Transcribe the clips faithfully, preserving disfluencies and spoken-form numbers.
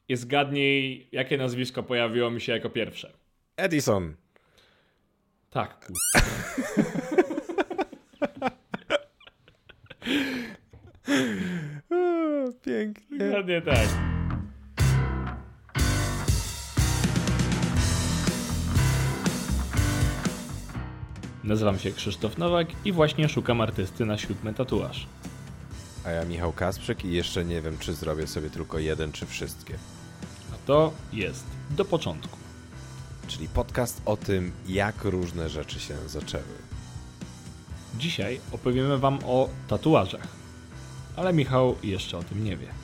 i zgadnij, jakie nazwisko pojawiło mi się jako pierwsze. Edison. Tak. O, pięknie. Dokładnie tak. Nazywam się Krzysztof Nowak i właśnie szukam artysty na siódmy tatuaż. A ja Michał Kasprzyk i jeszcze nie wiem, czy zrobię sobie tylko jeden, czy wszystkie. A to jest Do Początku. Czyli podcast o tym, jak różne rzeczy się zaczęły. Dzisiaj opowiemy wam o tatuażach, ale Michał jeszcze o tym nie wie.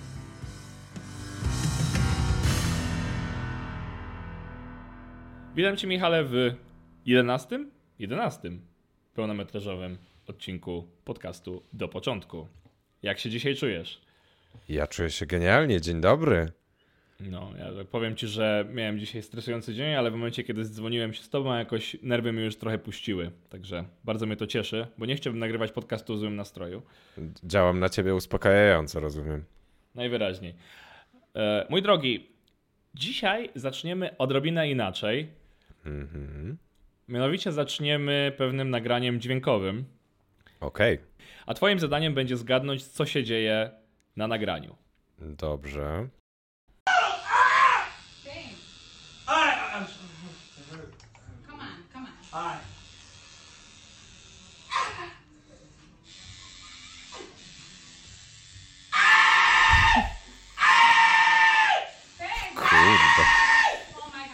Witam cię, Michale, w jedenastym? jedenastym pełnometrażowym odcinku podcastu Do Początku. Jak się dzisiaj czujesz? Ja czuję się genialnie, dzień dobry. No, ja powiem ci, że miałem dzisiaj stresujący dzień, ale w momencie, kiedy dzwoniłem się z tobą, jakoś nerwy mi już trochę puściły. Także bardzo mnie to cieszy, bo nie chciałbym nagrywać podcastu w złym nastroju. Działam na ciebie uspokajająco, rozumiem. Najwyraźniej. E, mój drogi, dzisiaj zaczniemy odrobinę inaczej. Mhm. Mianowicie zaczniemy pewnym nagraniem dźwiękowym. Okej. Okay. A twoim zadaniem będzie zgadnąć, co się dzieje na nagraniu. Dobrze. Come on, come on. All right. Kurde. Oh my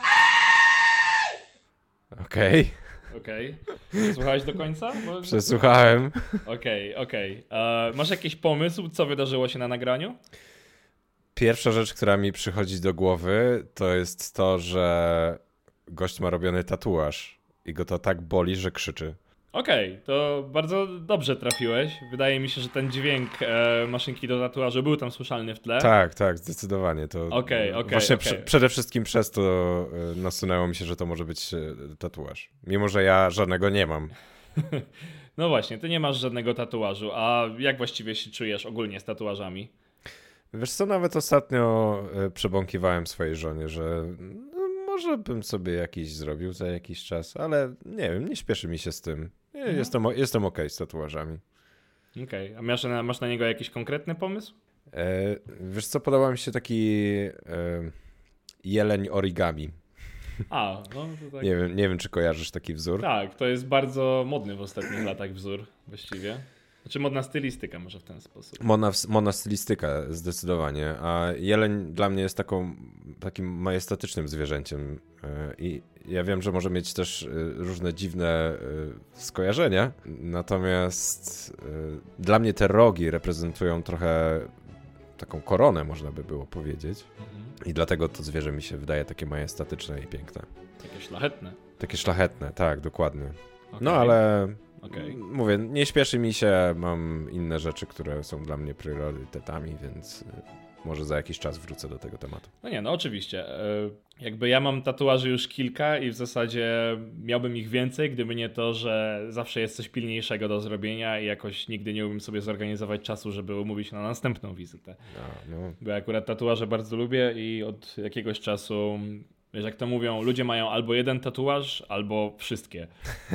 god. Okej. Okej. Okay. Słuchałeś do końca? Bo... Przesłuchałem. Okej, okay, okej. Okay. Masz jakiś pomysł, co wydarzyło się na nagraniu? Pierwsza rzecz, która mi przychodzi do głowy, to jest to, że gość ma robiony tatuaż i go to tak boli, że krzyczy. Okej, okay, to bardzo dobrze trafiłeś. Wydaje mi się, że ten dźwięk e, maszynki do tatuażu był tam słyszalny w tle. Tak, tak, zdecydowanie. To okay, okay, właśnie okay. Pr- przede wszystkim przez to e, nasunęło mi się, że to może być e, tatuaż. Mimo, że ja żadnego nie mam. No właśnie, ty nie masz żadnego tatuażu. A jak właściwie się czujesz ogólnie z tatuażami? Wiesz co, nawet ostatnio e, przebąkiwałem swojej żonie, że no, może bym sobie jakiś zrobił za jakiś czas, ale nie wiem, nie śpieszy mi się z tym. Nie, mhm. Jestem, jestem okej z tatuażami. Okej, okay. A masz na, masz na niego jakiś konkretny pomysł? E, wiesz co, podoba mi się taki e, jeleń origami. A, no to tak. Nie wiem, nie wiem, czy kojarzysz taki wzór. Tak, to jest bardzo modny w ostatnich latach wzór właściwie. Znaczy modna stylistyka może w ten sposób. Modna, modna stylistyka zdecydowanie, a jeleń dla mnie jest taką, takim majestatycznym zwierzęciem i ja wiem, że może mieć też różne dziwne skojarzenia, natomiast dla mnie te rogi reprezentują trochę taką koronę, można by było powiedzieć. Mhm. I dlatego to zwierzę mi się wydaje takie majestatyczne i piękne. Takie szlachetne. Takie szlachetne, tak, dokładnie. Okay. No ale okay. mówię, nie śpieszy mi się, mam inne rzeczy, które są dla mnie priorytetami, więc może za jakiś czas wrócę do tego tematu. No nie, no oczywiście. Jakby ja mam tatuaży już kilka i w zasadzie miałbym ich więcej, gdyby nie to, że zawsze jest coś pilniejszego do zrobienia i jakoś nigdy nie umiem sobie zorganizować czasu, żeby umówić się na następną wizytę. No, no. Bo ja akurat tatuaże bardzo lubię i od jakiegoś czasu, wiesz, jak to mówią, ludzie mają albo jeden tatuaż, albo wszystkie.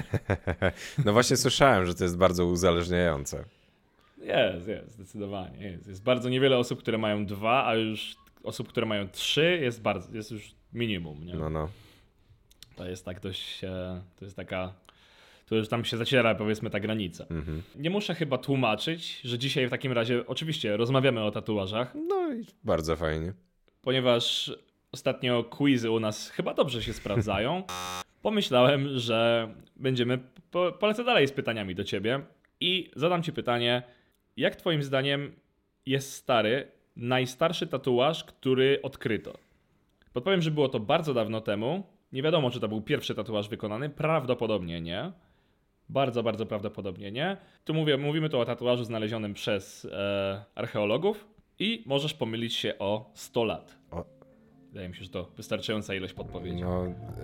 No właśnie słyszałem, że to jest bardzo uzależniające. Jest, jest, zdecydowanie. Jest. jest bardzo niewiele osób, które mają dwa, a już osób, które mają trzy jest bardzo, jest już minimum, nie? No, no. To jest tak dość, to jest taka, to już tam się zaciera, powiedzmy, ta granica. Mhm. Nie muszę chyba tłumaczyć, że dzisiaj w takim razie oczywiście rozmawiamy o tatuażach. No i bardzo fajnie. Ponieważ ostatnio quizy u nas chyba dobrze się sprawdzają, pomyślałem, że będziemy, po, polecę dalej z pytaniami do ciebie i zadam ci pytanie, jak twoim zdaniem jest stary, najstarszy tatuaż, który odkryto? Podpowiem, że było to bardzo dawno temu. Nie wiadomo, czy to był pierwszy tatuaż wykonany. Prawdopodobnie nie. Bardzo, bardzo prawdopodobnie nie. Tu mówię, mówimy tu o tatuażu znalezionym przez e, archeologów i możesz pomylić się o sto lat. O. Wydaje mi się, że to wystarczająca ilość podpowiedzi. No,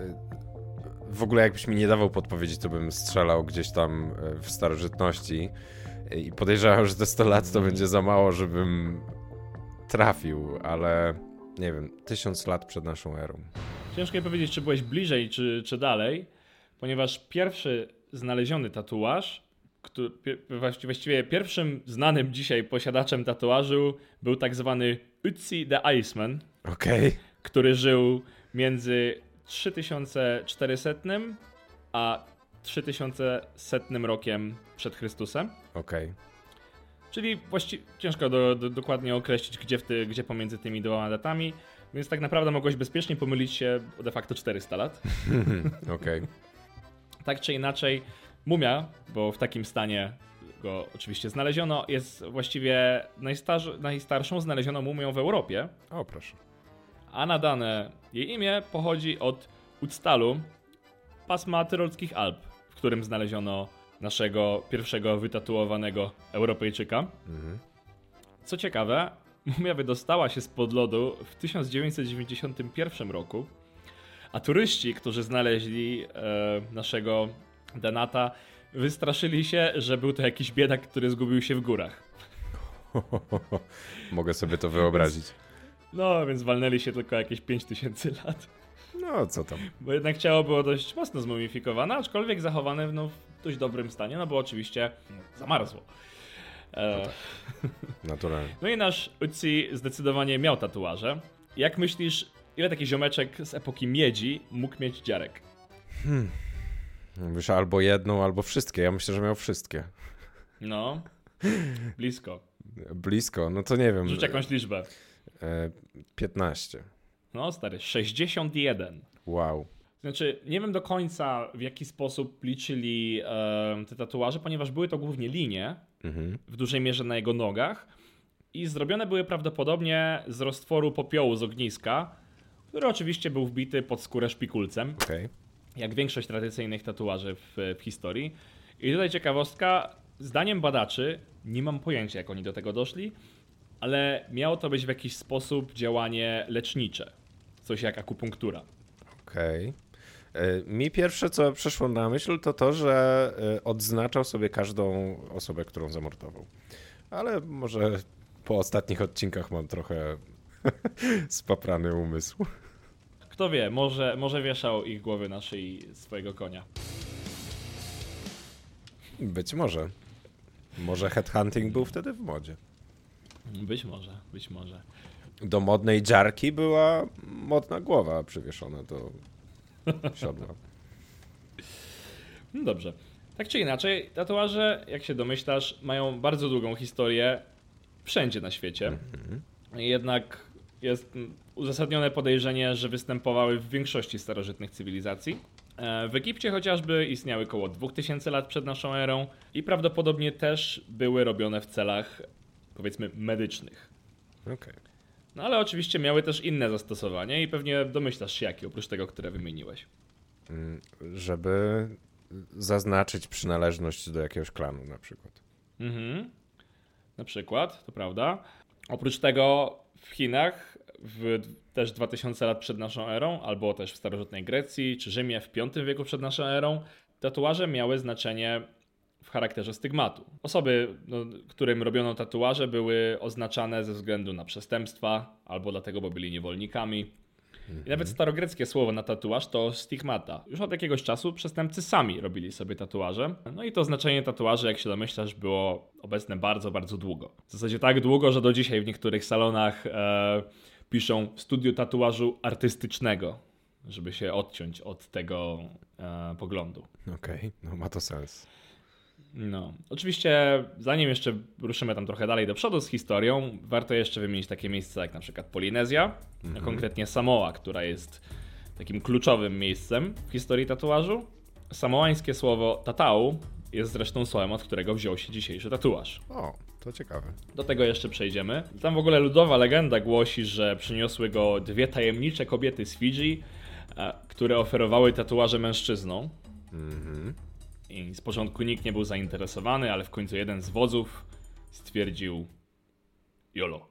w ogóle jakbyś mi nie dawał podpowiedzi, to bym strzelał gdzieś tam w starożytności i podejrzewam, że te sto lat to będzie za mało, żebym trafił, ale nie wiem, tysiąc lat przed naszą erą. Ciężko mi powiedzieć, czy byłeś bliżej, czy, czy dalej, ponieważ pierwszy znaleziony tatuaż, który, właściwie pierwszym znanym dzisiaj posiadaczem tatuażu był tak zwany Ötzi the Iceman, Okej. Okay. który żył między trzy tysiące czterysta a trzy tysiące sto rokiem przed Chrystusem. Okej. Okay. Czyli właściwie ciężko do, do, dokładnie określić, gdzie, w ty, gdzie pomiędzy tymi dwoma datami, więc tak naprawdę mogłeś bezpiecznie pomylić się o de facto czterysta lat. Okej. Okay. Tak czy inaczej, mumia, bo w takim stanie go oczywiście znaleziono, jest właściwie najstar- najstarszą znalezioną mumią w Europie. O, proszę. A nadane jej imię pochodzi od Utstalu, pasma tyrolskich Alp, w którym znaleziono naszego pierwszego wytatuowanego Europejczyka. Mhm. Co ciekawe, mumia wydostała się spod lodu w tysiąc dziewięćset dziewięćdziesiątym pierwszym roku, a turyści, którzy znaleźli e, naszego Denata, wystraszyli się, że był to jakiś biedak, który zgubił się w górach. Mogę sobie to wyobrazić. No, więc walnęli się tylko jakieś pięć tysięcy lat. No, co tam. Bo jednak ciało było dość mocno zmumifikowane, aczkolwiek zachowane no, w dość dobrym stanie, no bo oczywiście zamarzło. E... No tak. Naturalnie. No i nasz Ötzi zdecydowanie miał tatuaże. Jak myślisz, ile taki ziomeczek z epoki miedzi mógł mieć dziarek? Hmm. Mówisz albo jedną, albo wszystkie. Ja myślę, że miał wszystkie. No, blisko. Blisko, no to nie wiem. Rzuć jakąś liczbę. E, piętnaście. No stary, sześćdziesiąt jeden. Wow. Znaczy, nie wiem do końca w jaki sposób liczyli e, te tatuaże, ponieważ były to głównie linie, mhm. w dużej mierze na jego nogach i zrobione były prawdopodobnie z roztworu popiołu z ogniska, który oczywiście był wbity pod skórę szpikulcem, okay. jak większość tradycyjnych tatuaży w, w historii. I tutaj ciekawostka, zdaniem badaczy, nie mam pojęcia jak oni do tego doszli, ale miało to być w jakiś sposób działanie lecznicze, coś jak akupunktura. Okej. Okay. Mi pierwsze, co przyszło na myśl, to to, że odznaczał sobie każdą osobę, którą zamordował. Ale może po ostatnich odcinkach mam trochę spaprany umysł. Kto wie, może, może wieszał ich głowy na szyi swojego konia. Być może. Może headhunting był wtedy w modzie. Być może, być może. Do modnej dziarki była modna głowa przywieszona do siodła. No dobrze. Tak czy inaczej, tatuaże, jak się domyślasz, mają bardzo długą historię wszędzie na świecie. Mm-hmm. Jednak jest uzasadnione podejrzenie, że występowały w większości starożytnych cywilizacji. W Egipcie chociażby istniały około dwa tysiące lat przed naszą erą i prawdopodobnie też były robione w celach, powiedzmy, medycznych. Okay. No ale oczywiście miały też inne zastosowanie i pewnie domyślasz się jakie, oprócz tego, które wymieniłeś. Żeby zaznaczyć przynależność do jakiegoś klanu na przykład. Mhm. Na przykład, to prawda. Oprócz tego w Chinach w też dwa tysiące lat przed naszą erą, albo też w starożytnej Grecji czy Rzymie w piątym wieku przed naszą erą, tatuaże miały znaczenie w charakterze stygmatu. Osoby, no, którym robiono tatuaże, były oznaczane ze względu na przestępstwa, albo dlatego, bo byli niewolnikami. I nawet starogreckie słowo na tatuaż to stigmata. Już od jakiegoś czasu przestępcy sami robili sobie tatuaże. No i to znaczenie tatuaży, jak się domyślasz, było obecne bardzo, bardzo długo. W zasadzie tak długo, że do dzisiaj w niektórych salonach e, piszą studio tatuażu artystycznego, żeby się odciąć od tego e, poglądu. Okej, okay, no ma to sens. No, oczywiście zanim jeszcze ruszymy tam trochę dalej do przodu z historią, warto jeszcze wymienić takie miejsca jak na przykład Polinezja, mm-hmm. konkretnie Samoa, która jest takim kluczowym miejscem w historii tatuażu. Samoańskie słowo tatau jest zresztą słowem, od którego wziął się dzisiejszy tatuaż. O, to ciekawe. Do tego jeszcze przejdziemy. Tam w ogóle ludowa legenda głosi, że przyniosły go dwie tajemnicze kobiety z Fidżi, które oferowały tatuaże mężczyznom. Mhm. I z początku nikt nie był zainteresowany, ale w końcu jeden z wodzów stwierdził YOLO.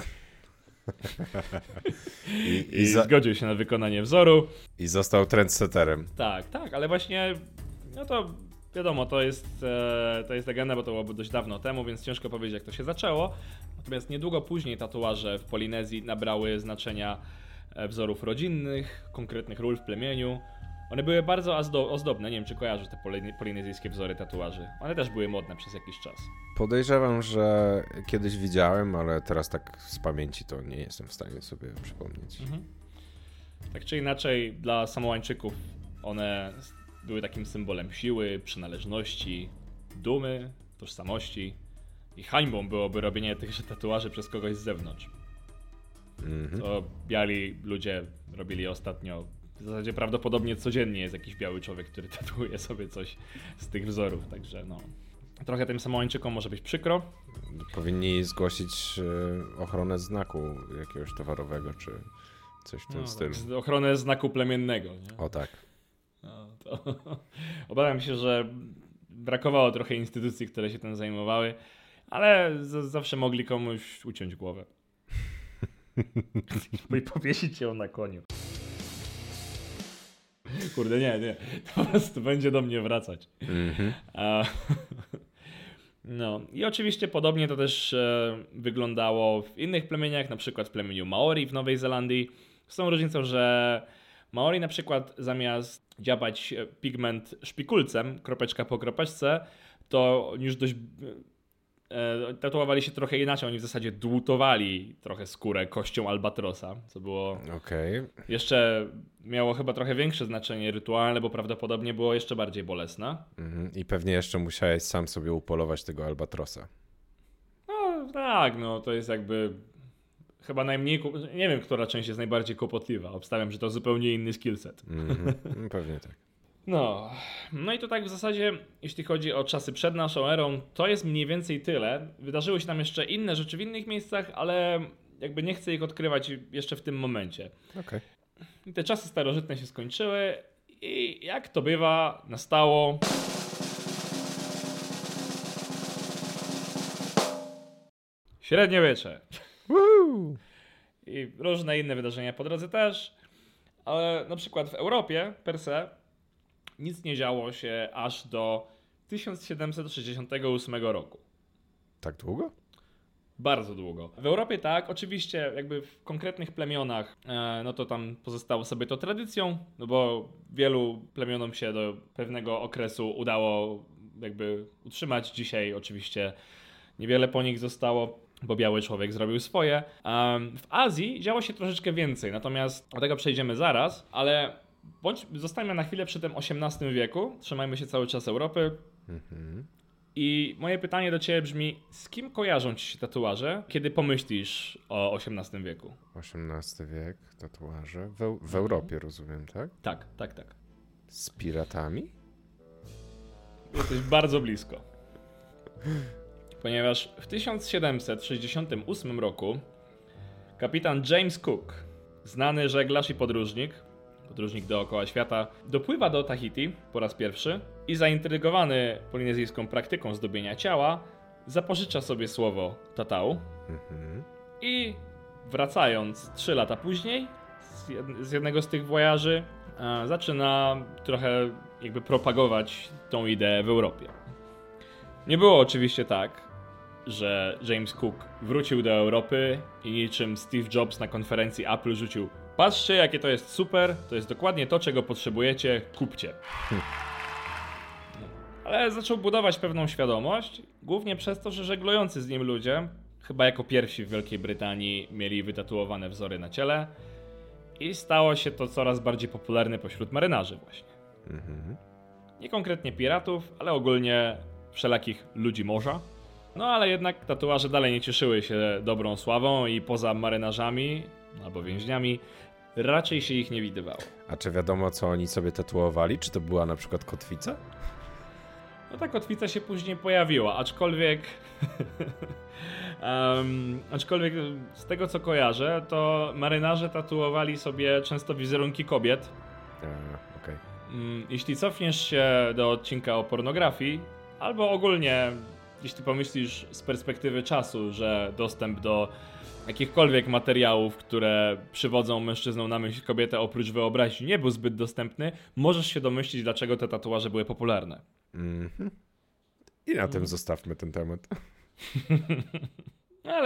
I, I, I za... zgodził się na wykonanie wzoru. I został trendsetterem. Tak, tak, ale właśnie no to wiadomo, to jest, e, to jest legenda, bo to byłoby dość dawno temu, więc ciężko powiedzieć jak to się zaczęło. Natomiast niedługo później tatuaże w Polinezji nabrały znaczenia wzorów rodzinnych, konkretnych ról w plemieniu. One były bardzo ozdobne, nie wiem czy kojarzysz te polinezyjskie wzory tatuaży. One też były modne przez jakiś czas. Podejrzewam, że kiedyś widziałem, ale teraz tak z pamięci to nie jestem w stanie sobie przypomnieć. Mhm. Tak czy inaczej dla Samoańczyków one były takim symbolem siły, przynależności, dumy, tożsamości i hańbą byłoby robienie tychże tatuaży przez kogoś z zewnątrz. Mm-hmm. To biali ludzie robili ostatnio, w zasadzie prawdopodobnie codziennie jest jakiś biały człowiek, który tatuuje sobie coś z tych wzorów, także no. Trochę tym Samoańczykom może być przykro. Powinni zgłosić ochronę znaku jakiegoś towarowego, czy coś w tym no, stylu. Tak, ochronę znaku plemiennego. Nie? O tak. No, to obawiam się, że brakowało trochę instytucji, które się tym zajmowały, ale z- zawsze mogli komuś uciąć głowę. I powiesić ją na koniu. Kurde, nie, nie. To po prostu będzie do mnie wracać. Mm-hmm. A, no i oczywiście podobnie to też e, wyglądało w innych plemieniach, na przykład w plemieniu Maori w Nowej Zelandii. Z tą różnicą, że Maori na przykład zamiast dziabać pigment szpikulcem, kropeczka po kropeczce, to już dość e, tatuowali się trochę inaczej. Oni w zasadzie dłutowali trochę skórę kością albatrosa, co było Okej. Okay. jeszcze miało chyba trochę większe znaczenie rytualne, bo prawdopodobnie było jeszcze bardziej bolesne. Mm-hmm. I pewnie jeszcze musiałeś sam sobie upolować tego albatrosa. No tak, no to jest jakby chyba najmniej, nie wiem, która część jest najbardziej kłopotliwa. Obstawiam, że to zupełnie inny skillset. Mm-hmm. Pewnie tak. No, no i to tak w zasadzie, jeśli chodzi o czasy przed naszą erą, to jest mniej więcej tyle. Wydarzyły się tam jeszcze inne rzeczy w innych miejscach, ale jakby nie chcę ich odkrywać jeszcze w tym momencie. Okay. I te czasy starożytne się skończyły i jak to bywa, nastało średniowiecze. Woo! I różne inne wydarzenia po drodze też, ale na przykład w Europie per se nic nie działo się aż do tysiąc siedemset sześćdziesiątego ósmego roku. Tak długo? Bardzo długo. W Europie tak, oczywiście jakby w konkretnych plemionach, e, no to tam pozostało sobie to tradycją, no bo wielu plemionom się do pewnego okresu udało jakby utrzymać. Dzisiaj oczywiście niewiele po nich zostało, bo biały człowiek zrobił swoje. Um, w Azji działo się troszeczkę więcej, natomiast do tego przejdziemy zaraz, ale bądź zostańmy na chwilę przy tym osiemnastym wieku, trzymajmy się cały czas Europy. Mhm. I moje pytanie do ciebie brzmi, z kim kojarzą ci się tatuaże, kiedy pomyślisz o osiemnastym wieku? osiemnasty wiek, tatuaże. W, w Europie rozumiem, tak? Tak, tak, tak. Z piratami? Jesteś bardzo blisko. Ponieważ w tysiąc siedemset sześćdziesiątym ósmym roku kapitan James Cook, znany żeglarz i podróżnik, podróżnik dookoła świata, dopływa do Tahiti po raz pierwszy i zaintrygowany polinezyjską praktyką zdobienia ciała, zapożycza sobie słowo tatau Mhm. i wracając trzy lata później z, jed z jednego z tych wojaży e, zaczyna trochę jakby propagować tą ideę w Europie. Nie było oczywiście tak, że James Cook wrócił do Europy i niczym Steve Jobs na konferencji Apple rzucił: patrzcie, jakie to jest super, to jest dokładnie to, czego potrzebujecie, kupcie. Ale zaczął budować pewną świadomość, głównie przez to, że żeglujący z nim ludzie, chyba jako pierwsi w Wielkiej Brytanii, mieli wytatuowane wzory na ciele i stało się to coraz bardziej popularne pośród marynarzy właśnie. Mhm. Nie konkretnie piratów, ale ogólnie wszelakich ludzi morza. No ale jednak tatuaże dalej nie cieszyły się dobrą sławą i poza marynarzami albo więźniami raczej się ich nie widywało. A czy wiadomo, co oni sobie tatuowali? Czy to była na przykład kotwica? No ta kotwica się później pojawiła, aczkolwiek um, aczkolwiek z tego co kojarzę, to marynarze tatuowali sobie często wizerunki kobiet. A, okej. Um, jeśli cofniesz się do odcinka o pornografii, albo ogólnie jeśli pomyślisz z perspektywy czasu, że dostęp do jakichkolwiek materiałów, które przywodzą mężczyznom na myśl kobietę oprócz wyobraźni, nie był zbyt dostępny, możesz się domyślić, dlaczego te tatuaże były popularne. Mhm. I na tym zostawmy ten temat. No ale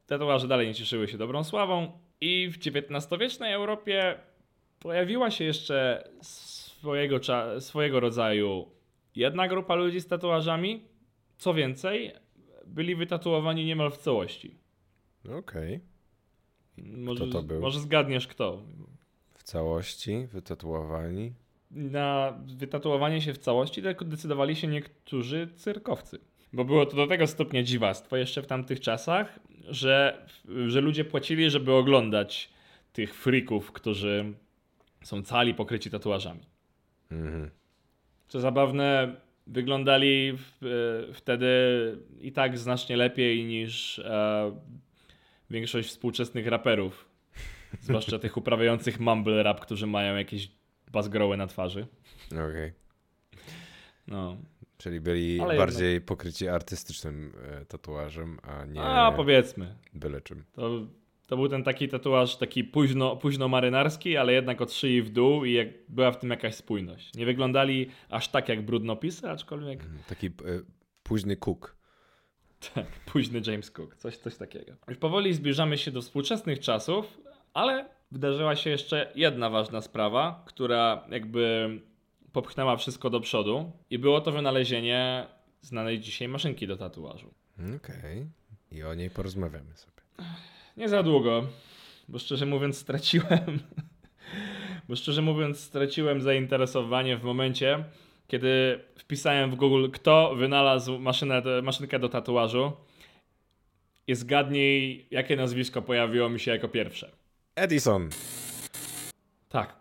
tatuaże dalej nie cieszyły się dobrą sławą i w dziewiętnastowiecznej Europie pojawiła się jeszcze swojego, cza- swojego rodzaju jedna grupa ludzi z tatuażami. Co więcej, byli wytatuowani niemal w całości. Okej. Okay. Może, Kto to był? Może zgadniesz kto. W całości wytatuowani? Na wytatuowanie się w całości decydowali się niektórzy cyrkowcy. Bo było to do tego stopnia dziwactwo jeszcze w tamtych czasach, że, że ludzie płacili, żeby oglądać tych freaków, którzy są cali pokryci tatuażami. Mhm. Co zabawne, wyglądali w, e, wtedy i tak znacznie lepiej niż e, większość współczesnych raperów. Zwłaszcza tych uprawiających mumble rap, którzy mają jakieś bazgroły na twarzy. Okej. Okay. No. Czyli byli Ale bardziej jednak... pokryci artystycznym e, tatuażem, a nie A, powiedzmy. byle czym. To, to był ten taki tatuaż, taki późno, późno marynarski, ale jednak od szyi w dół i jak, była w tym jakaś spójność. Nie wyglądali aż tak jak brudnopisy, aczkolwiek... Taki e, późny Cook. Tak, późny James Cook, coś, coś takiego. Już powoli zbliżamy się do współczesnych czasów, ale wydarzyła się jeszcze jedna ważna sprawa, która jakby popchnęła wszystko do przodu i było to wynalezienie znanej dzisiaj maszynki do tatuażu. Okej. Okay. I o niej porozmawiamy sobie. Nie za długo, bo szczerze mówiąc straciłem bo szczerze mówiąc straciłem zainteresowanie w momencie, kiedy wpisałem w Google, kto wynalazł maszynę, maszynkę do tatuażu i zgadnij, jakie nazwisko pojawiło mi się jako pierwsze. Edison. Tak.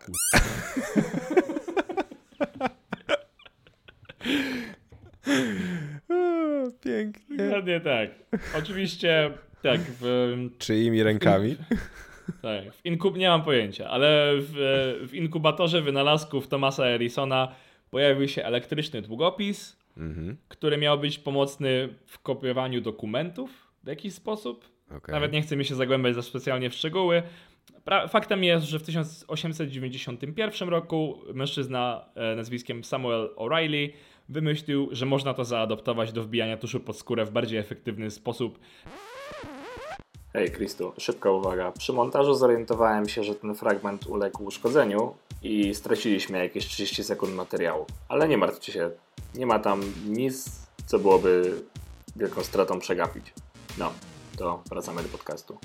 O, pięknie. Dokładnie tak. Oczywiście tak. W, czyimi rękami? Tak. W inkub... Nie mam pojęcia, ale w, w inkubatorze wynalazków Thomasa Edisona pojawił się elektryczny długopis, mhm. który miał być pomocny w kopiowaniu dokumentów w jakiś sposób. Okay. Nawet nie chcę mi się zagłębiać za specjalnie w szczegóły. Pra- faktem jest, że w tysiąc osiemset dziewięćdziesiątym pierwszym roku mężczyzna e, nazwiskiem Samuel O'Reilly wymyślił, że można to zaadoptować do wbijania tuszu pod skórę w bardziej efektywny sposób. Hej Kristu, szybka uwaga. Przy montażu zorientowałem się, że ten fragment uległ uszkodzeniu i straciliśmy jakieś trzydzieści sekund materiału. Ale nie martwcie się, nie ma tam nic, co byłoby wielką stratą przegapić. No, to wracamy do podcastu.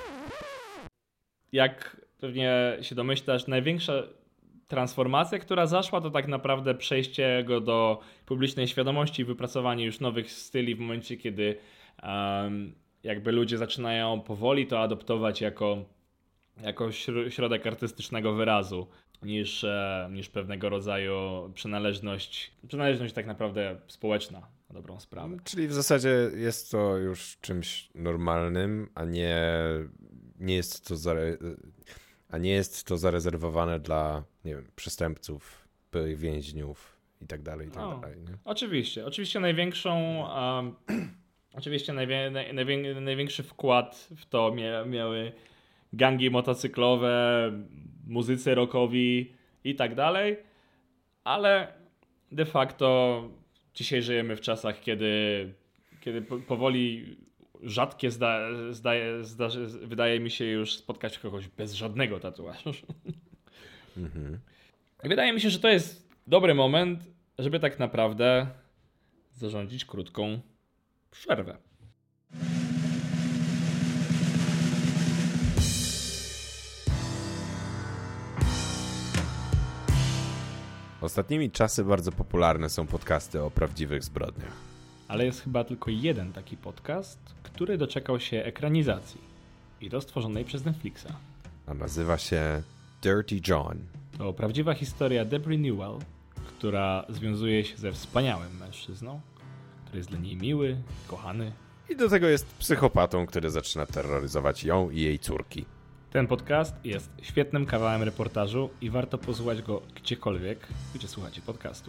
Jak pewnie się domyślasz, największa transformacja, która zaszła, to tak naprawdę przejście go do publicznej świadomości i wypracowanie już nowych styli w momencie, kiedy um, jakby ludzie zaczynają powoli to adoptować jako, jako środek artystycznego wyrazu niż, e, niż pewnego rodzaju przynależność, przynależność tak naprawdę społeczna, na dobrą sprawę. Czyli w zasadzie jest to już czymś normalnym, a nie, nie jest to zare- a nie jest to zarezerwowane dla, nie wiem, przestępców, byłych więźniów i tak dalej, i tak no, dalej. Nie? Oczywiście. Oczywiście największą um, oczywiście najwie, naj, najwię, największy wkład w to mia, miały gangi motocyklowe, muzycy rockowi i tak dalej, ale de facto dzisiaj żyjemy w czasach, kiedy, kiedy powoli rzadkie zda, zdaje, zda, wydaje mi się już spotkać kogoś bez żadnego tatuażu. Mhm. Wydaje mi się, że to jest dobry moment, żeby tak naprawdę zarządzić krótką przerwę. Ostatnimi czasy bardzo popularne są podcasty o prawdziwych zbrodniach. Ale jest chyba tylko jeden taki podcast, który doczekał się ekranizacji. I to stworzonej przez Netflixa. A nazywa się Dirty John. To prawdziwa historia Debry Newell, która związuje się ze wspaniałym mężczyzną, który jest dla niej miły, kochany. I do tego jest psychopatą, który zaczyna terroryzować ją i jej córki. Ten podcast jest świetnym kawałem reportażu i warto posłuchać go gdziekolwiek, gdzie słuchacie podcastów.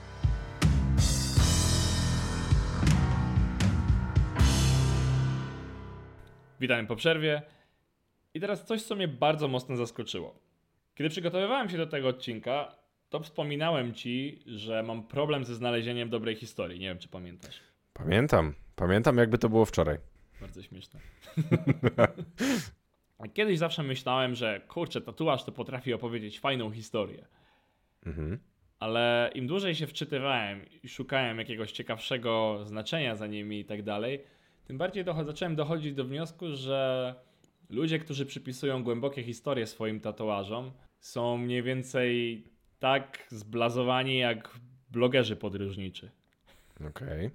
Witam po przerwie. I teraz coś, co mnie bardzo mocno zaskoczyło. Kiedy przygotowywałem się do tego odcinka, to wspominałem ci, że mam problem ze znalezieniem dobrej historii. Nie wiem, czy pamiętasz. Pamiętam. Pamiętam, jakby to było wczoraj. Bardzo śmieszne. Kiedyś zawsze myślałem, że kurczę, tatuaż to potrafi opowiedzieć fajną historię. Mhm. Ale im dłużej się wczytywałem i szukałem jakiegoś ciekawszego znaczenia za nimi i tak dalej, tym bardziej dochod- zacząłem dochodzić do wniosku, że ludzie, którzy przypisują głębokie historie swoim tatuażom, są mniej więcej tak zblazowani jak blogerzy podróżniczy. Okej.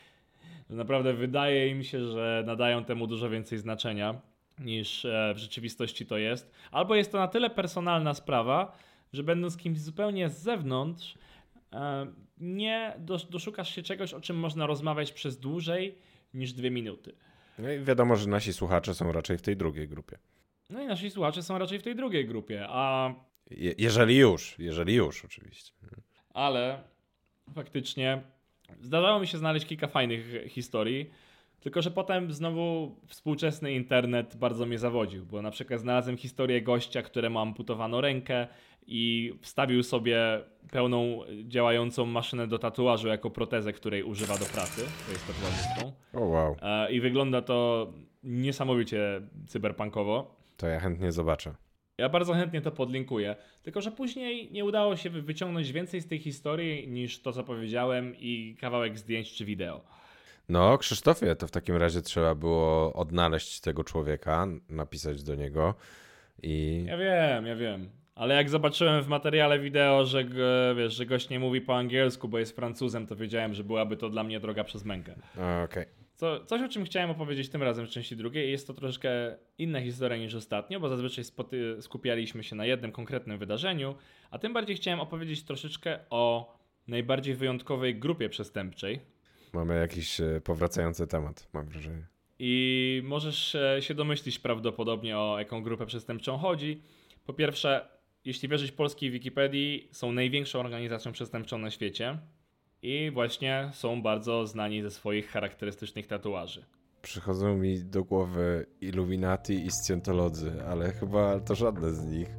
Że naprawdę wydaje im się, że nadają temu dużo więcej znaczenia niż e, w rzeczywistości to jest. Albo jest to na tyle personalna sprawa, że będąc kimś zupełnie z zewnątrz, e, nie dos- doszukasz się czegoś, o czym można rozmawiać przez dłużej niż dwie minuty. No i wiadomo, że nasi słuchacze są raczej w tej drugiej grupie. No i nasi słuchacze są raczej w tej drugiej grupie, a Je- jeżeli już, jeżeli już oczywiście. ale faktycznie zdarzało mi się znaleźć kilka fajnych historii, tylko że potem znowu współczesny internet bardzo mnie zawodził, bo na przykład znalazłem historię gościa, któremu amputowano rękę i wstawił sobie pełną działającą maszynę do tatuażu jako protezę, której używa do pracy, to jest tatuażystą. O wow, E, I wygląda to niesamowicie cyberpunkowo. to ja chętnie zobaczę. Ja bardzo chętnie to podlinkuję, tylko że później nie udało się wy- wyciągnąć więcej z tej historii niż to, co powiedziałem i kawałek zdjęć czy wideo. No, Krzysztofie, to w takim razie trzeba było odnaleźć tego człowieka, napisać do niego i... Ja wiem, ja wiem. Ale jak zobaczyłem w materiale wideo, że, go- wiesz, że gość nie mówi po angielsku, bo jest Francuzem, to wiedziałem, że byłaby to dla mnie droga przez mękę. A, Okej. Co, coś, o czym chciałem opowiedzieć tym razem w części drugiej, jest to troszkę inna historia niż ostatnio, bo zazwyczaj spoty- skupialiśmy się na jednym konkretnym wydarzeniu, a tym bardziej chciałem opowiedzieć troszeczkę o najbardziej wyjątkowej grupie przestępczej. Mamy jakiś e, powracający temat, mam wrażenie. I możesz e, się domyślić prawdopodobnie, o jaką grupę przestępczą chodzi. Po pierwsze, jeśli wierzyć polskiej Wikipedii, są największą organizacją przestępczą na świecie i właśnie są bardzo znani ze swoich charakterystycznych tatuaży. Przychodzą mi do głowy Illuminati i Scientolodzy, ale chyba to żadne z nich.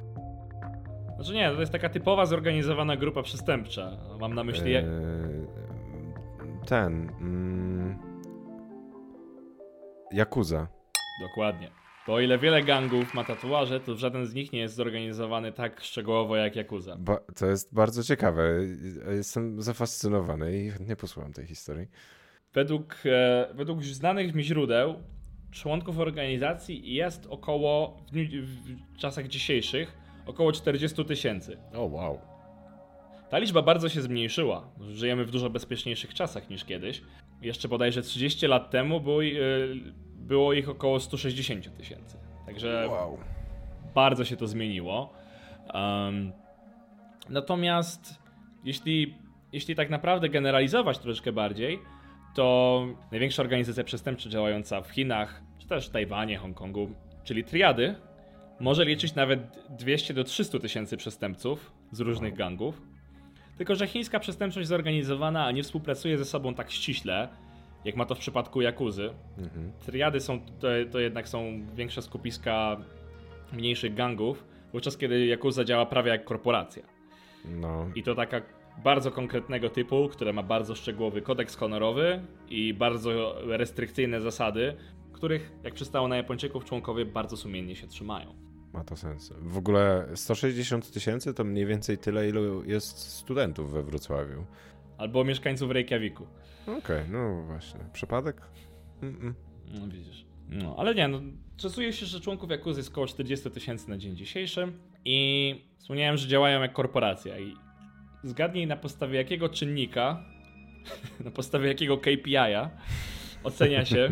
Znaczy nie, to jest taka typowa zorganizowana grupa przestępcza. Mam na myśli... Eee, ten... Mm, Yakuza. Dokładnie. Bo o ile wiele gangów ma tatuaże, to żaden z nich nie jest zorganizowany tak szczegółowo jak Yakuza. Ba- to jest bardzo ciekawe. Jestem zafascynowany i chętnie posłucham tej historii. Według, e, według znanych mi źródeł, członków organizacji jest około, w, dniu, w czasach dzisiejszych, około czterdzieści tysięcy. O wow. Ta liczba bardzo się zmniejszyła. Żyjemy w dużo bezpieczniejszych czasach niż kiedyś. Jeszcze bodajże trzydzieści lat temu było, e, było ich około sto sześćdziesiąt tysięcy. Także Wow. bardzo się to zmieniło. Um, natomiast jeśli, jeśli tak naprawdę generalizować troszeczkę bardziej, to największa organizacja przestępcza działająca w Chinach, czy też Tajwanie, Hongkongu, czyli triady, może liczyć nawet dwieście do trzystu tysięcy przestępców z różnych gangów. Tylko że chińska przestępczość zorganizowana nie współpracuje ze sobą tak ściśle, jak ma to w przypadku Yakuzy. Mhm. Triady są, to, to jednak są większe skupiska mniejszych gangów, podczas kiedy Yakuza działa prawie jak korporacja. No. I to taka bardzo konkretnego typu, które ma bardzo szczegółowy kodeks honorowy i bardzo restrykcyjne zasady, których, jak przystało na Japończyków, członkowie bardzo sumiennie się trzymają. Ma to sens. W ogóle sto sześćdziesiąt tysięcy to mniej więcej tyle, ilu jest studentów we Wrocławiu. Albo mieszkańców Reykjaviku. Okej, okay, no właśnie. Przypadek? Mm-mm. No widzisz. No, ale nie, no, szacuje się, że członków Yakuzy jest około czterdzieści tysięcy na dzień dzisiejszy i wspomniałem, że działają jak korporacja i zgadnij na podstawie jakiego czynnika, na podstawie jakiego K P I-a ocenia się,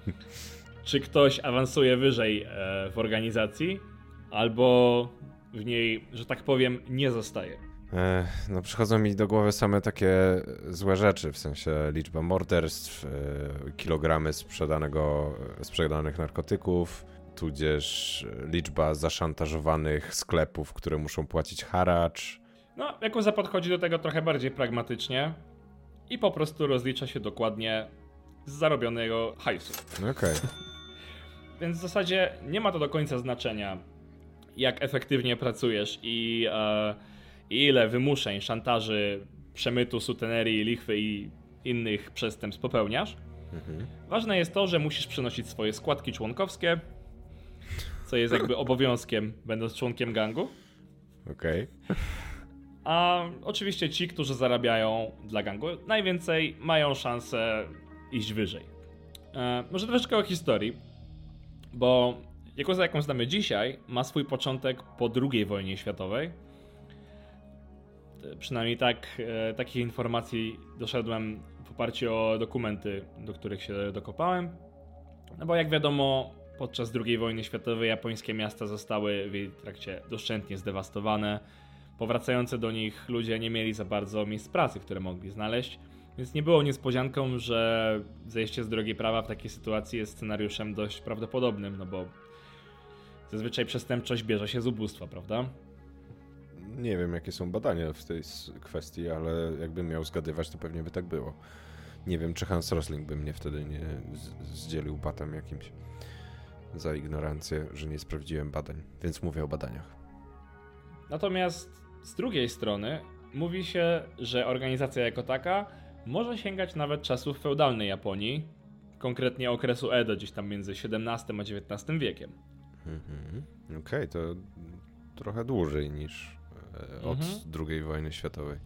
czy ktoś awansuje wyżej e, w organizacji, albo w niej, że tak powiem, nie zostaje. Ech, no przychodzą mi do głowy same takie złe rzeczy, w sensie liczba morderstw, e, kilogramy sprzedanego, sprzedanych narkotyków, tudzież liczba zaszantażowanych sklepów, które muszą płacić haracz. No, Yakuza podchodzi do tego trochę bardziej pragmatycznie i po prostu rozlicza się dokładnie z zarobionego hajsu. Okej. Okay. Więc w zasadzie nie ma to do końca znaczenia, jak efektywnie pracujesz i, e, i ile wymuszeń, szantaży, przemytu, sutenerii, lichwy i innych przestępstw popełniasz. Mhm. Ważne jest to, że musisz przynosić swoje składki członkowskie, co jest jakby obowiązkiem, będąc członkiem gangu. Okej. Okay. A oczywiście ci, którzy zarabiają dla gangu najwięcej, mają szansę iść wyżej. E, może troszeczkę o historii, bo Yakuza, jaką znamy dzisiaj, ma swój początek po drugiej wojnie światowej. E, przynajmniej tak, e, takich informacji doszedłem w oparciu o dokumenty, do których się dokopałem. No bo jak wiadomo, podczas drugiej wojny światowej japońskie miasta zostały w jej trakcie doszczętnie zdewastowane. Powracający do nich ludzie nie mieli za bardzo miejsc pracy, które mogli znaleźć, więc nie było niespodzianką, że zejście z drogi prawa w takiej sytuacji jest scenariuszem dość prawdopodobnym, no bo zazwyczaj przestępczość bierze się z ubóstwa, prawda? Nie wiem, jakie są badania w tej kwestii, ale jakbym miał zgadywać, to pewnie by tak było. Nie wiem, czy Hans Rosling by mnie wtedy nie zdzielił batem jakimś za ignorancję, że nie sprawdziłem badań, więc mówię o badaniach. Natomiast z drugiej strony mówi się, że organizacja jako taka może sięgać nawet czasów feudalnej Japonii, konkretnie okresu Edo, gdzieś tam między siedemnastym a dziewiętnastym wiekiem. Mhm. Okej, okay, to trochę dłużej niż e, od mhm. drugiej wojny światowej.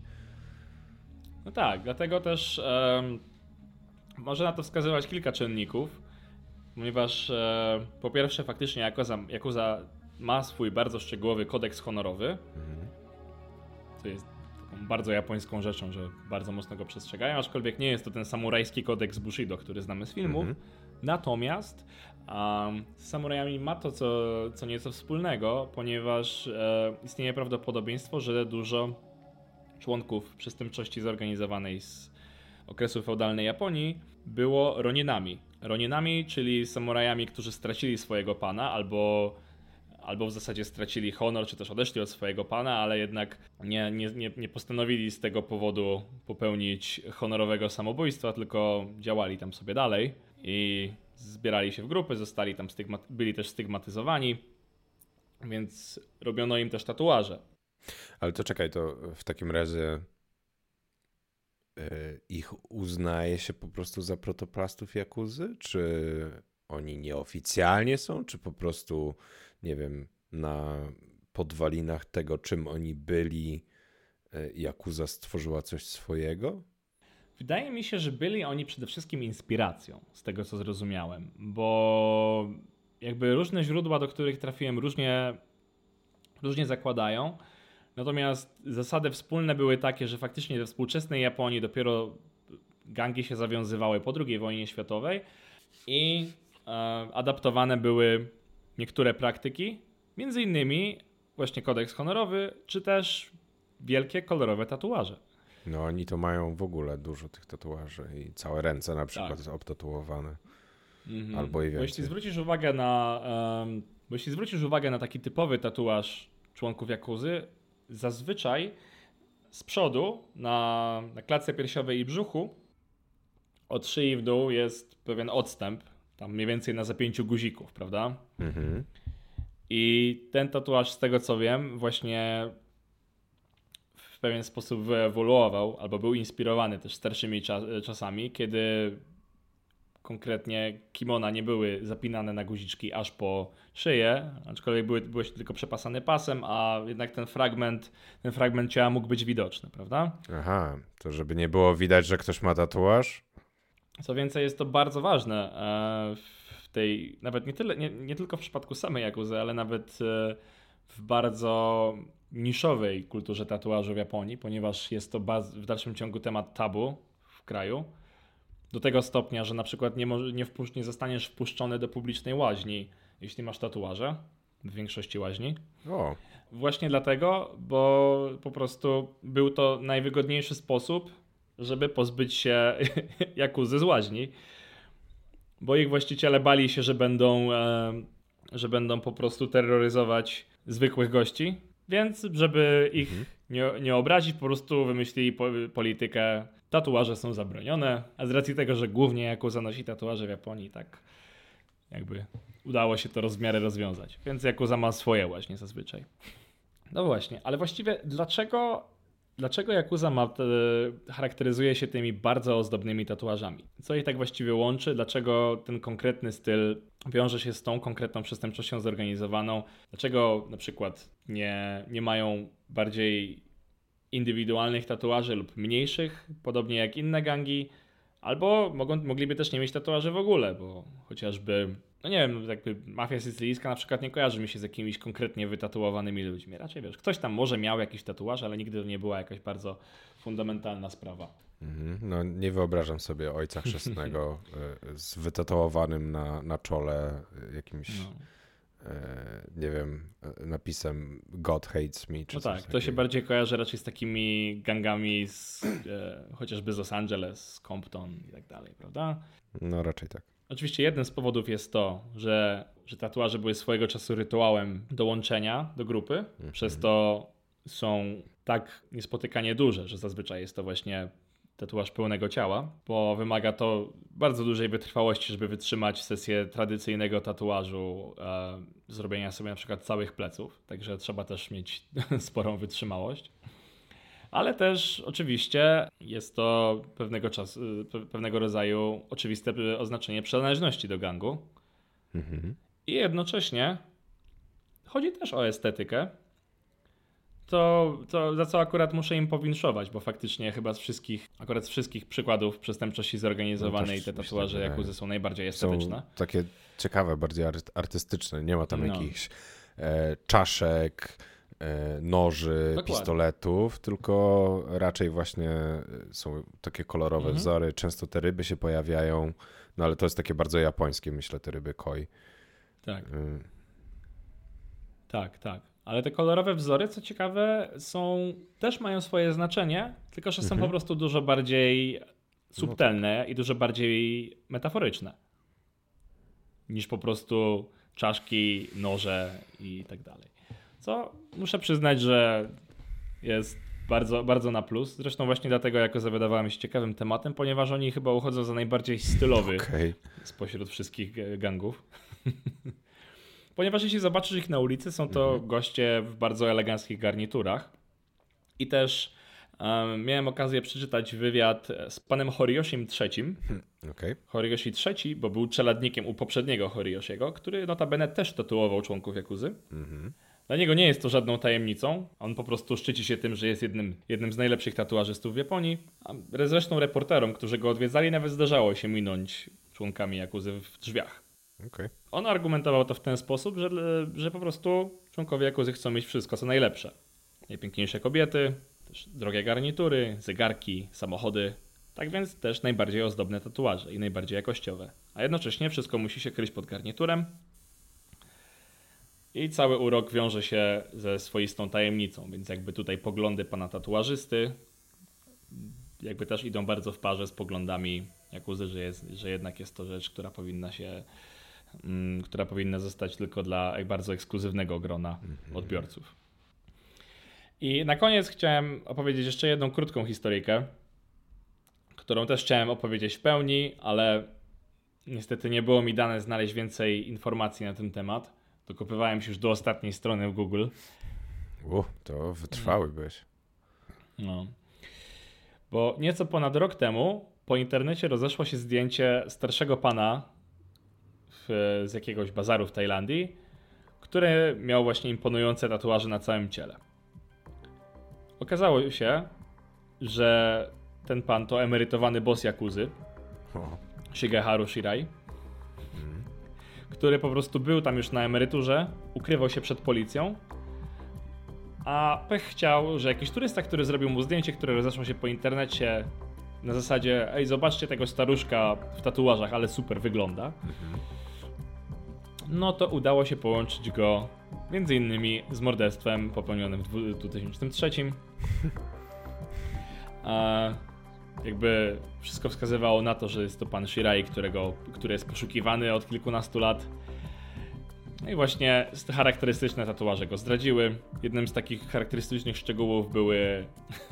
No tak, dlatego też e, może na to wskazywać kilka czynników, ponieważ e, po pierwsze faktycznie Yakuza, Yakuza ma swój bardzo szczegółowy kodeks honorowy, mhm. co jest taką bardzo japońską rzeczą, że bardzo mocno go przestrzegają, aczkolwiek nie jest to ten samurajski kodeks Bushido, który znamy z filmów. Mhm. Natomiast um, z samurajami ma to co, co nieco wspólnego, ponieważ e, istnieje prawdopodobieństwo, że dużo członków przestępczości zorganizowanej z okresu feudalnej Japonii było roninami. Roninami, czyli samurajami, którzy stracili swojego pana albo albo w zasadzie stracili honor, czy też odeszli od swojego pana, ale jednak nie, nie, nie, nie postanowili z tego powodu popełnić honorowego samobójstwa, tylko działali tam sobie dalej i zbierali się w grupy, zostali tam stygmat- byli też stygmatyzowani, więc robiono im też tatuaże. Ale to czekaj, to w takim razie yy, ich uznaje się po prostu za protoplastów Jakuzy? Czy oni nieoficjalnie są? Czy po prostu, nie wiem, na podwalinach tego, czym oni byli, Yakuza stworzyła coś swojego? Wydaje mi się, że byli oni przede wszystkim inspiracją, z tego co zrozumiałem, bo jakby różne źródła, do których trafiłem, różnie, różnie zakładają, natomiast zasady wspólne były takie, że faktycznie we współczesnej Japonii dopiero gangi się zawiązywały po drugiej wojnie światowej i e, adaptowane były niektóre praktyki, między innymi właśnie kodeks honorowy, czy też wielkie kolorowe tatuaże. No oni to mają w ogóle dużo tych tatuaży i całe ręce na przykład tak. obtatuowane. Mm-hmm. Albo i więcej. Bo jeśli zwrócisz uwagę na um, bo jeśli zwrócisz uwagę na taki typowy tatuaż członków Yakuzy, zazwyczaj z przodu na, na klatce piersiowej i brzuchu od szyi w dół jest pewien odstęp, tam mniej więcej na zapięciu guzików, prawda? Mhm. I ten tatuaż, z tego co wiem, właśnie w pewien sposób wyewoluował, albo był inspirowany też starszymi czas- czasami, kiedy konkretnie kimona nie były zapinane na guziczki aż po szyję, aczkolwiek były, były tylko przepasane pasem, a jednak ten fragment, ten fragment ciała mógł być widoczny, prawda? Aha, to żeby nie było widać, że ktoś ma tatuaż? Co więcej, jest to bardzo ważne w tej, nawet nie, tyle, nie, nie tylko w przypadku samej Yakuzy, ale nawet w bardzo niszowej kulturze tatuażu w Japonii, ponieważ jest to baz, w dalszym ciągu temat tabu w kraju. Do tego stopnia, że na przykład nie, może, nie, wpusz- nie zostaniesz wpuszczony do publicznej łaźni, jeśli masz tatuaże, w większości łaźni. O. Właśnie dlatego, bo po prostu był to najwygodniejszy sposób, żeby pozbyć się Yakuzy z łaźni, bo ich właściciele bali się, że będą, e, że będą po prostu terroryzować zwykłych gości, więc żeby ich mhm. nie, nie obrazić, po prostu wymyślili po, politykę, tatuaże są zabronione, a z racji tego, że głównie Yakuza nosi tatuaże w Japonii, tak jakby udało się to w miarę rozwiązać, więc Yakuza ma swoje właśnie zazwyczaj. No właśnie, ale właściwie dlaczego dlaczego Yakuza ma, e, charakteryzuje się tymi bardzo ozdobnymi tatuażami? Co ich tak właściwie łączy? Dlaczego ten konkretny styl wiąże się z tą konkretną przestępczością zorganizowaną? Dlaczego na przykład nie, nie mają bardziej indywidualnych tatuaży lub mniejszych, podobnie jak inne gangi? Albo mogą, mogliby też nie mieć tatuaży w ogóle, bo chociażby, no nie wiem, jakby mafia sycylijska na przykład nie kojarzy mi się z jakimiś konkretnie wytatuowanymi ludźmi. Raczej wiesz, ktoś tam może miał jakiś tatuaż, ale nigdy to nie była jakaś bardzo fundamentalna sprawa. Mhm. No nie wyobrażam sobie ojca chrzestnego y, z wytatuowanym na, na czole jakimś, No. y, nie wiem, napisem God hates me. Czy No coś tak, to takiego. się bardziej kojarzy raczej z takimi gangami z, e, chociażby z Los Angeles, z Compton i tak dalej, prawda? No raczej tak. Oczywiście jednym z powodów jest to, że, że tatuaże były swojego czasu rytuałem dołączenia do grupy, mhm. przez to są tak niespotykanie duże, że zazwyczaj jest to właśnie tatuaż pełnego ciała, bo wymaga to bardzo dużej wytrwałości, żeby wytrzymać sesję tradycyjnego tatuażu, e, zrobienia sobie na przykład całych pleców, także trzeba też mieć sporą wytrzymałość. Ale też oczywiście jest to pewnego czasu, pewnego rodzaju oczywiste oznaczenie przynależności do gangu. Mhm. I jednocześnie chodzi też o estetykę. To, to za co akurat muszę im powinszować, bo faktycznie chyba z wszystkich, akurat z wszystkich przykładów przestępczości zorganizowanej no te tatuaże myślę, Yakuzy są najbardziej estetyczne. Są takie ciekawe, bardziej artystyczne. Nie ma tam no. jakichś e, czaszek, e, noży, Dokładnie. pistoletów, tylko raczej właśnie są takie kolorowe mhm. wzory. Często te ryby się pojawiają, no ale to jest takie bardzo japońskie, myślę, te ryby koi. Tak. Y- tak, tak. Ale te kolorowe wzory, co ciekawe, są też mają swoje znaczenie, tylko że są mhm. po prostu dużo bardziej subtelne no tak. i dużo bardziej metaforyczne niż po prostu czaszki, noże i tak dalej. Co muszę przyznać, że jest bardzo, bardzo na plus. Zresztą właśnie dlatego jako wydawała mi się ciekawym tematem, ponieważ oni chyba uchodzą za najbardziej stylowy okay. spośród wszystkich gangów. Ponieważ jeśli zobaczysz ich na ulicy, są to mhm. goście w bardzo eleganckich garniturach. I też um, miałem okazję przeczytać wywiad z panem Horiyoshim trzecim. Okay. Horiyoshi trzeci, bo był czeladnikiem u poprzedniego Horiyoshiego, który notabene też tatuował członków Yakuzy. Mhm. Dla niego nie jest to żadną tajemnicą. On po prostu szczyci się tym, że jest jednym, jednym z najlepszych tatuażystów w Japonii. A zresztą reporterom, którzy go odwiedzali, nawet zdarzało się minąć członkami Yakuzy w drzwiach. Okay. On argumentował to w ten sposób, że, że po prostu członkowie Yakuzy chcą mieć wszystko, co najlepsze. Najpiękniejsze kobiety, też drogie garnitury, zegarki, samochody. Tak więc też najbardziej ozdobne tatuaże i najbardziej jakościowe. A jednocześnie wszystko musi się kryć pod garniturem. I cały urok wiąże się ze swoistą tajemnicą, więc jakby tutaj poglądy pana tatuażysty jakby też idą bardzo w parze z poglądami Yakuzy, że, jest, że jednak jest to rzecz, która powinna się mm, która powinna zostać tylko dla bardzo ekskluzywnego grona mm-hmm. odbiorców. I na koniec chciałem opowiedzieć jeszcze jedną krótką historyjkę, którą też chciałem opowiedzieć w pełni, ale niestety nie było mi dane znaleźć więcej informacji na ten temat. Dokopywałem się już do ostatniej strony w Google. U, to wytrwały byłeś. No. Bo nieco ponad rok temu po internecie rozeszło się zdjęcie starszego pana w, z jakiegoś bazaru w Tajlandii, który miał właśnie imponujące tatuaże na całym ciele. Okazało się, że ten pan to emerytowany boss Yakuzy, o. Shigeharu Shirai, hmm. który po prostu był tam już na emeryturze, ukrywał się przed policją, a pech chciał, że jakiś turysta, który zrobił mu zdjęcie, które rozeszło się po internecie na zasadzie ej, zobaczcie tego staruszka w tatuażach, ale super wygląda. Mhm. No to udało się połączyć go między innymi z morderstwem popełnionym w dwa tysiące trzecim. A jakby wszystko wskazywało na to, że jest to pan Shirai, którego, który jest poszukiwany od kilkunastu lat. No i właśnie te charakterystyczne tatuaże go zdradziły. Jednym z takich charakterystycznych szczegółów były...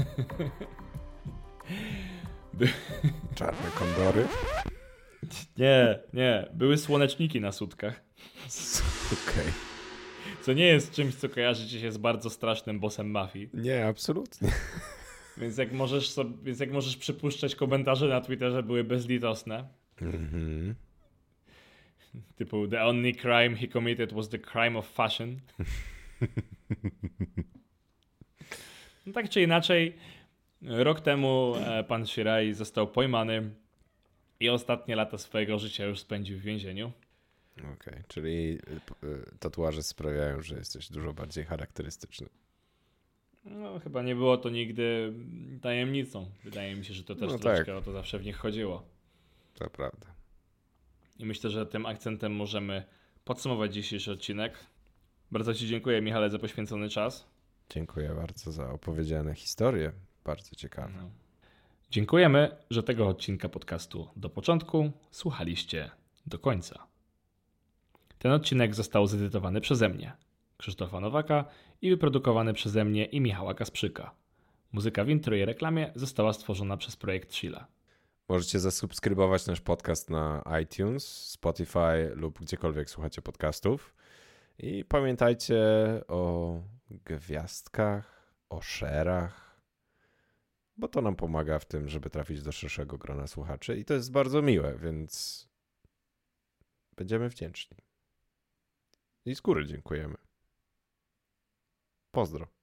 By... Czarne kondory? Nie, nie. Były słoneczniki na sutkach. Okej. Okay. Co nie jest czymś, co kojarzy ci się z bardzo strasznym bossem mafii. Nie, absolutnie. Więc jak możesz sobie, więc jak możesz przypuszczać, komentarze na Twitterze były bezlitosne. Mhm. Typu the only crime he committed was the crime of fashion. No tak czy inaczej, rok temu pan Shirai został pojmany i ostatnie lata swojego życia już spędził w więzieniu. Okej, okay, czyli tatuaże sprawiają, że jesteś dużo bardziej charakterystyczny. No chyba nie było to nigdy tajemnicą. Wydaje mi się, że to też no troszkę tak. o to zawsze w nich chodziło. To prawda. I myślę, że tym akcentem możemy podsumować dzisiejszy odcinek. Bardzo Ci dziękuję, Michale, za poświęcony czas. Dziękuję bardzo za opowiedziane historie. Bardzo ciekawe. No. Dziękujemy, że tego odcinka podcastu do początku słuchaliście do końca. Ten odcinek został zedytowany przeze mnie, Krzysztofa Nowaka, i wyprodukowany przeze mnie i Michała Kasprzyka. Muzyka w intro i reklamie została stworzona przez projekt Sheila. Możecie zasubskrybować nasz podcast na iTunes, Spotify lub gdziekolwiek słuchacie podcastów. I pamiętajcie o gwiazdkach, o share'ach, bo to nam pomaga w tym, żeby trafić do szerszego grona słuchaczy i to jest bardzo miłe, więc będziemy wdzięczni. I z góry dziękujemy. Pozdro.